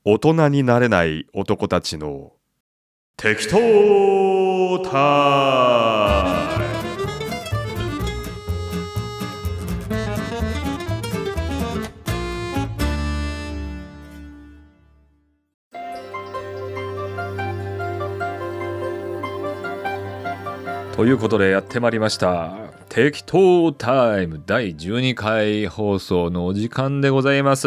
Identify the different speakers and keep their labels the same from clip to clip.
Speaker 1: 大人になれない男たちの適当タイムということでやってまいりました適当タイム第12回放送のお時間でございます。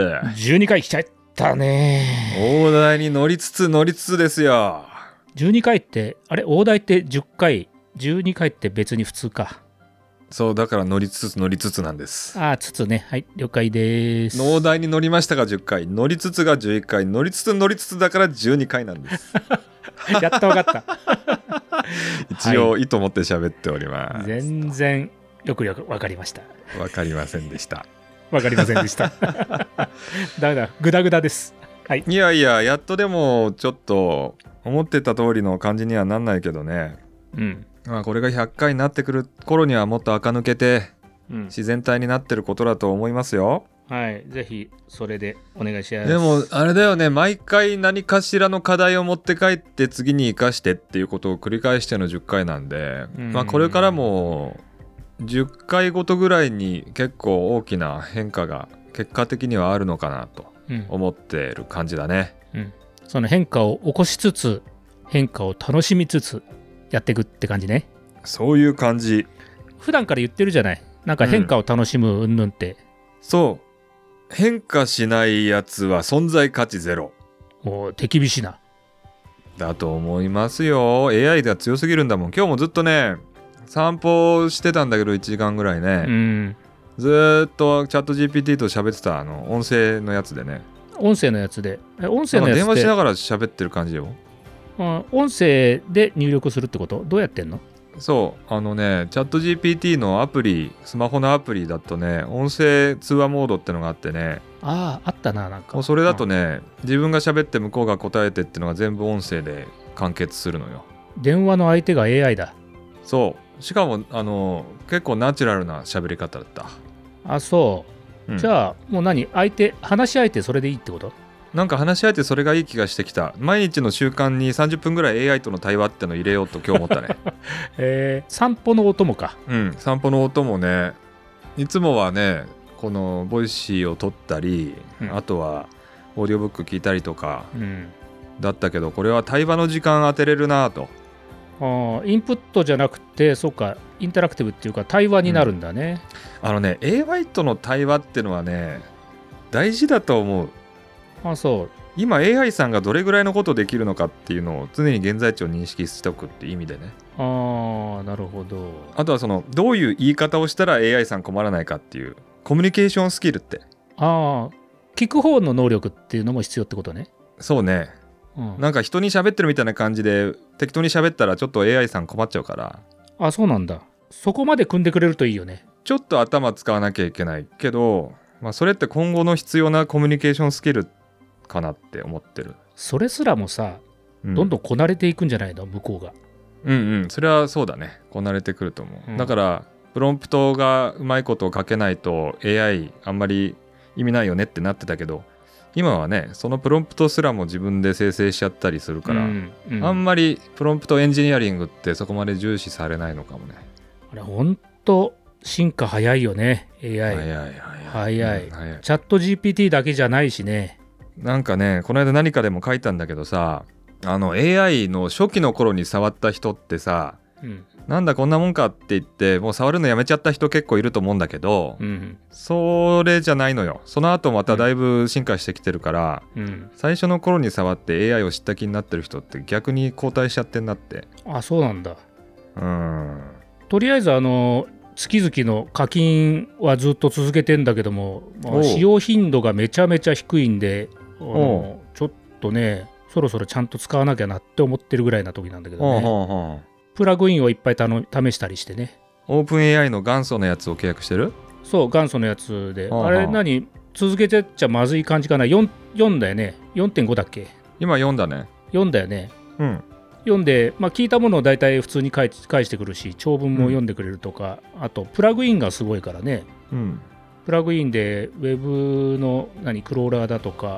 Speaker 2: 12回来ちゃったね。
Speaker 1: 大台に乗りつつですよ。
Speaker 2: 12回ってあれ、大台って10回、12回って別に普通か。
Speaker 1: そうだから乗りつつなんです。
Speaker 2: ああ、つつね。はい、了解です。
Speaker 1: 大台に乗りましたが10回、乗りつつが11回、乗りつつだから12回なんです
Speaker 2: やっと分かった
Speaker 1: 一応意図持って喋っております。
Speaker 2: 全然よく分かりました。
Speaker 1: 分かりませんでした。
Speaker 2: 分かりませんでしたダメだ、グダグダです。はい。
Speaker 1: いややっとでもちょっと思ってた通りの感じにはなんないけどね。まあこれが100回になってくる頃にはもっと垢抜けて、自然体になってることだと思いますよ。
Speaker 2: はい、ぜひそれでお願いします。
Speaker 1: でもあれだよね、毎回何かしらの課題を持って帰って次に生かしてっていうことを繰り返しての10回なんで、まあこれからも10回ごとぐらいに結構大きな変化が結果的にはあるのかなと思ってる感じだね。
Speaker 2: その変化を起こしつつ変化を楽しみつつやっていくって感じね。
Speaker 1: そういう感じ。
Speaker 2: 普段から言ってるじゃない、なんか変化を楽しむうんぬんって。
Speaker 1: そう、変化しないやつは存在価値ゼロ。
Speaker 2: もう手厳しいな。
Speaker 1: だと思いますよ。 AI が強すぎるんだもん。今日もずっとね散歩してたんだけど1時間ぐらいね、ずっとチャット GPT と喋ってた音声のやつでね。
Speaker 2: 音声のやつで音声のやつで
Speaker 1: 電話しながら喋ってる感じよ。
Speaker 2: 音声で入力するってこと？どうやってんの？
Speaker 1: そうチャット GPT のアプリ、スマホのアプリだとね、音声通話モードってのがあってね。
Speaker 2: あったな、なんか。
Speaker 1: もうそれだとね、自分が喋って向こうが答えてってのが全部音声で完結するのよ。
Speaker 2: 電話の相手が AI だ。
Speaker 1: そう、しかも結構ナチュラルな喋り方だった。
Speaker 2: あ、そう、じゃあもう話し相手それでいいってこと？
Speaker 1: なんか話し合えてそれがいい気がしてきた。毎日の習慣に30分ぐらい AI との対話っての入れようと今日思ったね
Speaker 2: 散歩のお供か。
Speaker 1: 散歩の音もね、いつもはねこのボイシーを撮ったり、あとはオーディオブック聞いたりとか、だったけど、これは対話の時間当てれるなと。
Speaker 2: インプットじゃなくて、そうか、インタラクティブっていうか対話になるんだね。
Speaker 1: AI との対話ってのはね大事だと思う。
Speaker 2: そう。
Speaker 1: 今 AI さんがどれぐらいのことできるのかっていうのを常に現在地を認識しておくっていう意味でね。
Speaker 2: なるほど。
Speaker 1: あとはどういう言い方をしたら AI さん困らないかっていうコミュニケーションスキルって。
Speaker 2: 聞く方の能力っていうのも必要ってことね。
Speaker 1: そうね、なんか人に喋ってるみたいな感じで適当に喋ったらちょっと AI さん困っちゃうから。
Speaker 2: そうなんだ。そこまで組んでくれるといいよね。
Speaker 1: ちょっと頭使わなきゃいけないけど、それって今後の必要なコミュニケーションスキルかなって思ってる。
Speaker 2: それすらもさ、どんどんこなれていくんじゃないの、向こうが。
Speaker 1: それはそうだね、こなれてくると思う、だからプロンプトがうまいことを書けないと AI あんまり意味ないよねってなってたけど、今はねそのプロンプトすらも自分で生成しちゃったりするから、あんまりプロンプトエンジニアリングってそこまで重視されないのかもね。
Speaker 2: あれほんと進化早いよね、 AI。 早い、チャット GPT だけじゃないしね。
Speaker 1: なんかね、この間何かでも書いたんだけどさ、AI の初期の頃に触った人ってさ、なんだこんなもんかって言ってもう触るのやめちゃった人結構いると思うんだけど、それじゃないのよ。その後まただいぶ進化してきてるから、最初の頃に触って AI を知った気になってる人って逆に後退しちゃってんなって。
Speaker 2: そうなんだ。とりあえず月々の課金はずっと続けてんだけども、使用頻度がめちゃめちゃ低いんで、ちょっとねそろそろちゃんと使わなきゃなって思ってるぐらいな時なんだけどね。プラグインをいっぱい試したりしてね。
Speaker 1: オープン AI の元祖のやつを契約してる？
Speaker 2: そう、元祖のやつで。あれ続けてっちゃまずい感じかな。4だよね。 4.5 だっけ？
Speaker 1: 今4だね。
Speaker 2: 4だよね。読んで、聞いたものを大体普通に返してくるし、長文も読んでくれるとか、あとプラグインがすごいからね、プラグインでウェブのクローラーだとか、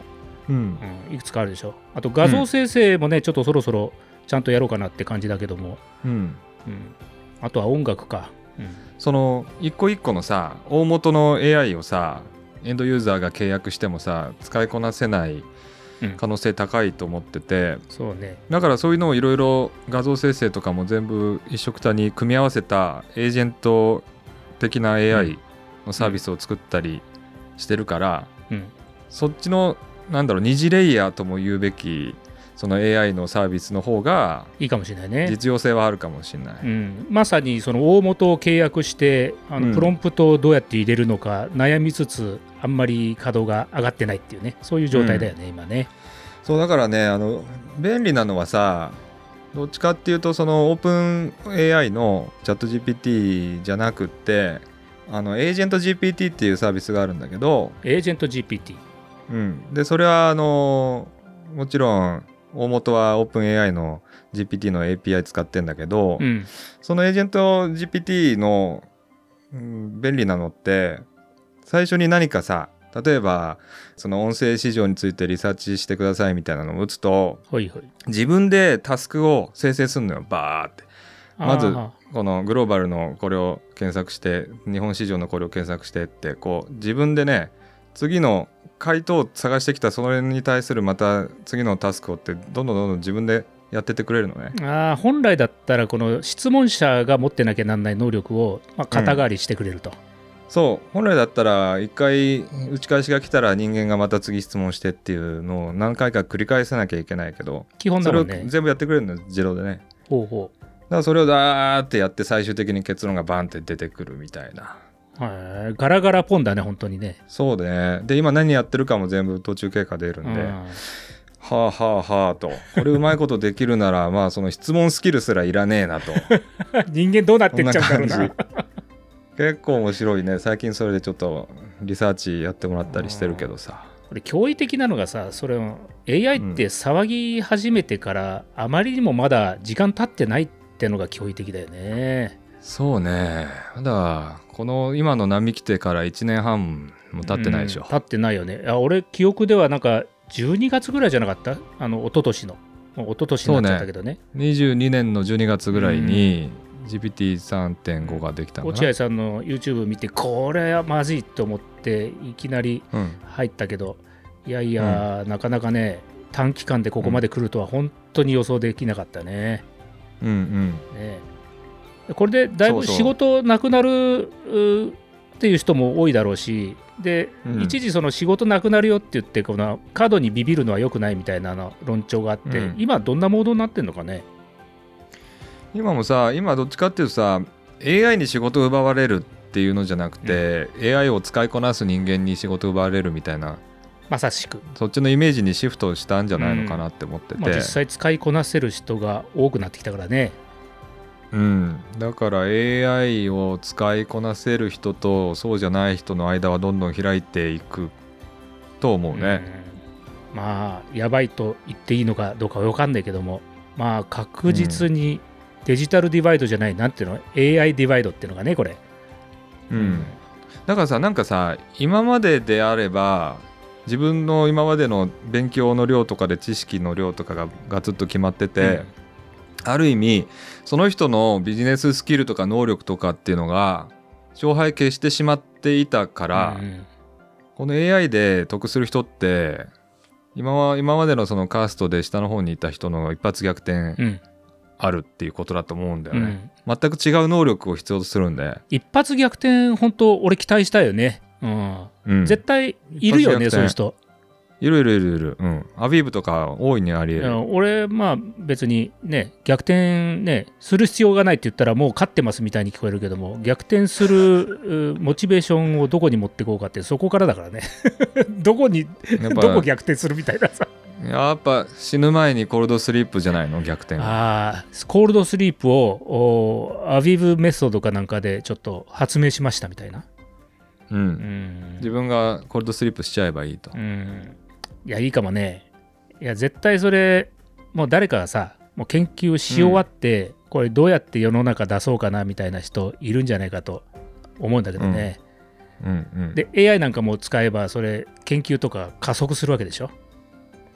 Speaker 2: いくつかあるでしょ。あと画像生成もね、ちょっとそろそろちゃんとやろうかなって感じだけども、あとは音楽か、
Speaker 1: その一個一個のさ大元の AI をさエンドユーザーが契約してもさ使いこなせない可能性高いと思ってて、
Speaker 2: そうね、
Speaker 1: だからそういうのをいろいろ画像生成とかも全部一緒くたに組み合わせたエージェント的な AI のサービスを作ったりしてるから、そっちのなんだろう二次レイヤーとも言うべきその AI のサービスの方が
Speaker 2: いいかもしれないね。
Speaker 1: 実用性はあるかもしれない、
Speaker 2: まさにその大元を契約してプロンプトをどうやって入れるのか悩みつつあんまり稼働が上がってないっていうね、そういう状態だよね、今ね。
Speaker 1: そうだからね便利なのはさどっちかっていうとそのオープン AI のチャット GPT じゃなくってエージェント GPT っていうサービスがあるんだけど、
Speaker 2: エージェント GPT、
Speaker 1: でそれはもちろん大元はオープン AI の GPT の API 使ってんだけど、そのエージェント GPT の、便利なのって最初に何かさ例えばその音声市場についてリサーチしてくださいみたいなのを打つと、自分でタスクを生成するのよバーって。まずこのグローバルのこれを検索して日本市場のこれを検索してってこう自分でね次の回答を探してきたそれに対するまた次のタスクをってどんどん自分でやってってくれるのね。
Speaker 2: 本来だったらこの質問者が持ってなきゃなんない能力を肩代わりしてくれると、
Speaker 1: そう本来だったら一回打ち返しが来たら人間がまた次質問してっていうのを何回か繰り返さなきゃいけないけど
Speaker 2: 基本だもんね。
Speaker 1: それを全部やってくれるの自動でね。
Speaker 2: ほうほう。
Speaker 1: だからそれをダーってやって最終的に結論がバンって出てくるみたいな。
Speaker 2: ガラガラポンだね本当にね。
Speaker 1: そうね。で今何やってるかも全部途中経過出るんで、はあはあはあとこれうまいことできるならまあその質問スキルすらいらねえなと
Speaker 2: 人間どうなってっちゃうんだろうな
Speaker 1: 結構面白いね。最近それでちょっとリサーチやってもらったりしてるけどさ、
Speaker 2: これ驚異的なのがさ、それ AI って騒ぎ始めてからあまりにもまだ時間経ってないってのが驚異的だよね。
Speaker 1: そうね。まだこの今の波来てから1年半も経ってないでしょ。
Speaker 2: 経ってないよね。俺記憶ではなんか12月ぐらいじゃなかった？一昨年の一昨年になっちゃったけどね。
Speaker 1: 22年の12月ぐらいに、GPT3.5 ができたのかな。
Speaker 2: 落合さんの YouTube 見てこれはまずいと思っていきなり入ったけど、いやいや、なかなかね短期間でここまで来るとは本当に予想できなかったね。ね、これでだいぶ仕事なくなるっていう人も多いだろうし、で、一時その仕事なくなるよって言ってこの過度にビビるのは良くないみたいな論調があって、今どんなモードになってんのかね。
Speaker 1: 今もさ、今どっちかっていうとさ AI に仕事を奪われるっていうのじゃなくて、AI を使いこなす人間に仕事を奪われるみたいな、
Speaker 2: まさしく
Speaker 1: そっちのイメージにシフトしたんじゃないのかなって思ってて、
Speaker 2: 実際使いこなせる人が多くなってきたからね。
Speaker 1: だから AI を使いこなせる人とそうじゃない人の間はどんどん開いていくと思うね。
Speaker 2: まあやばいと言っていいのかどうかは分かんないけども、まあ確実にデジタルディバイドじゃない、なんていうの AI ディバイドっていうのがねこれ。
Speaker 1: だからさ、なんかさ今までであれば自分の今までの勉強の量とかで知識の量とかがガツッと決まってて、ある意味その人のビジネススキルとか能力とかっていうのが勝敗消してしまっていたから、この AI で得する人って今までのそのカーストで下の方にいた人の一発逆転あるっていうことだと思うんだよね。全く違う能力を必要とするんで、
Speaker 2: 一発逆転本当俺期待したよね。絶対いるよねそういう人。
Speaker 1: いる。アビーブとか大いにあり得る。
Speaker 2: 俺まあ別にね逆転ねする必要がないって言ったらもう勝ってますみたいに聞こえるけども、逆転するモチベーションをどこに持っていこうかってそこからだからねどこ逆転するみたいなさ。
Speaker 1: やっぱ死ぬ前にコールドスリープじゃないの逆転
Speaker 2: は。コールドスリープをアビーブメソッドかなんかでちょっと発明しましたみたいな。
Speaker 1: 自分がコールドスリープしちゃえばいいと。
Speaker 2: いやいいかもね。いや絶対それもう誰かがさもう研究し終わって、これどうやって世の中出そうかなみたいな人いるんじゃないかと思うんだけどね。で AI なんかも使えばそれ研究とか加速するわけでしょ。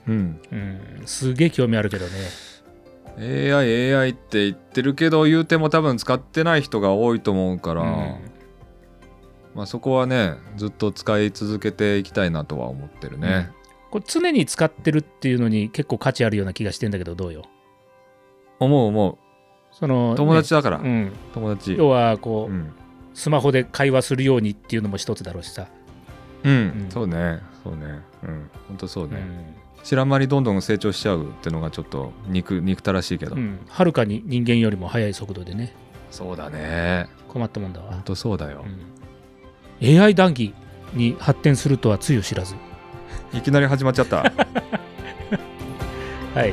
Speaker 2: すげえ興味あるけどね。
Speaker 1: AI って言ってるけど言うても多分使ってない人が多いと思うから、まあ、そこはねずっと使い続けていきたいなとは思ってるね、
Speaker 2: これ常に使ってるっていうのに結構価値あるような気がしてんだけど、どうよ。
Speaker 1: 思うその友達だから、友達
Speaker 2: 要はこう、スマホで会話するようにっていうのも一つだろうしさ。
Speaker 1: そうね本当そうね、知らん間にどんどん成長しちゃうってのがちょっと憎たらしいけど、
Speaker 2: はるかに人間よりも速い速度でね。
Speaker 1: そうだね、
Speaker 2: 困ったもんだわ。
Speaker 1: 本当そうだよ、
Speaker 2: AI 談義に発展するとはつゆ知らず。
Speaker 1: いきなり始まっちゃった
Speaker 2: はい。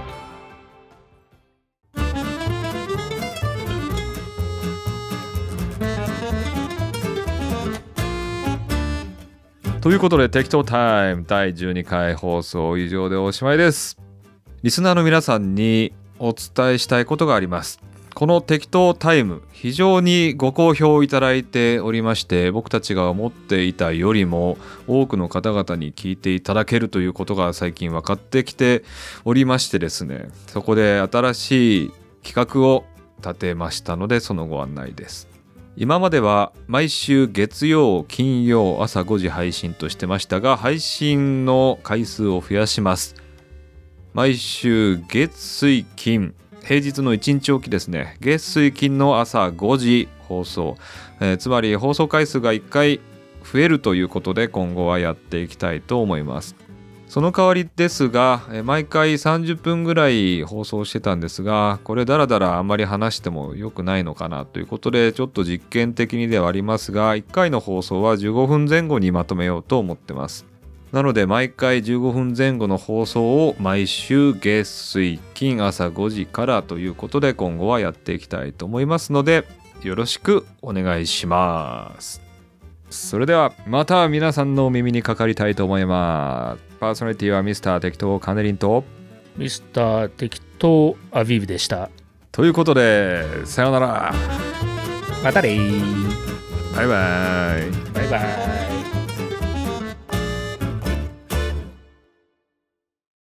Speaker 1: ということで適当タイム第12回放送以上でおしまいです。リスナーの皆さんにお伝えしたいことがあります。この適当タイム非常にご好評いただいておりまして、僕たちが思っていたよりも多くの方々に聞いていただけるということが最近分かってきておりましてですね、そこで新しい企画を立てましたので、そのご案内です。今までは毎週月曜金曜朝5時配信としてましたが、配信の回数を増やします。毎週月水金、平日の1日おきですね、月水金の朝5時放送、つまり放送回数が1回増えるということで今後はやっていきたいと思います。その代わりですが、毎回30分ぐらい放送してたんですが、これだらだらあんまり話しても良くないのかなということで、ちょっと実験的にではありますが、1回の放送は15分前後にまとめようと思ってます。なので毎回15分前後の放送を毎週月水金朝5時からということで今後はやっていきたいと思いますので、よろしくお願いします。それではまた皆さんのお耳にかかりたいと思います。パーソナリティはミスター適当カネリンと
Speaker 2: ミスター適当アビーブでした。
Speaker 1: ということでさようなら。
Speaker 2: またね。
Speaker 1: バイバイ。
Speaker 2: バイバイ。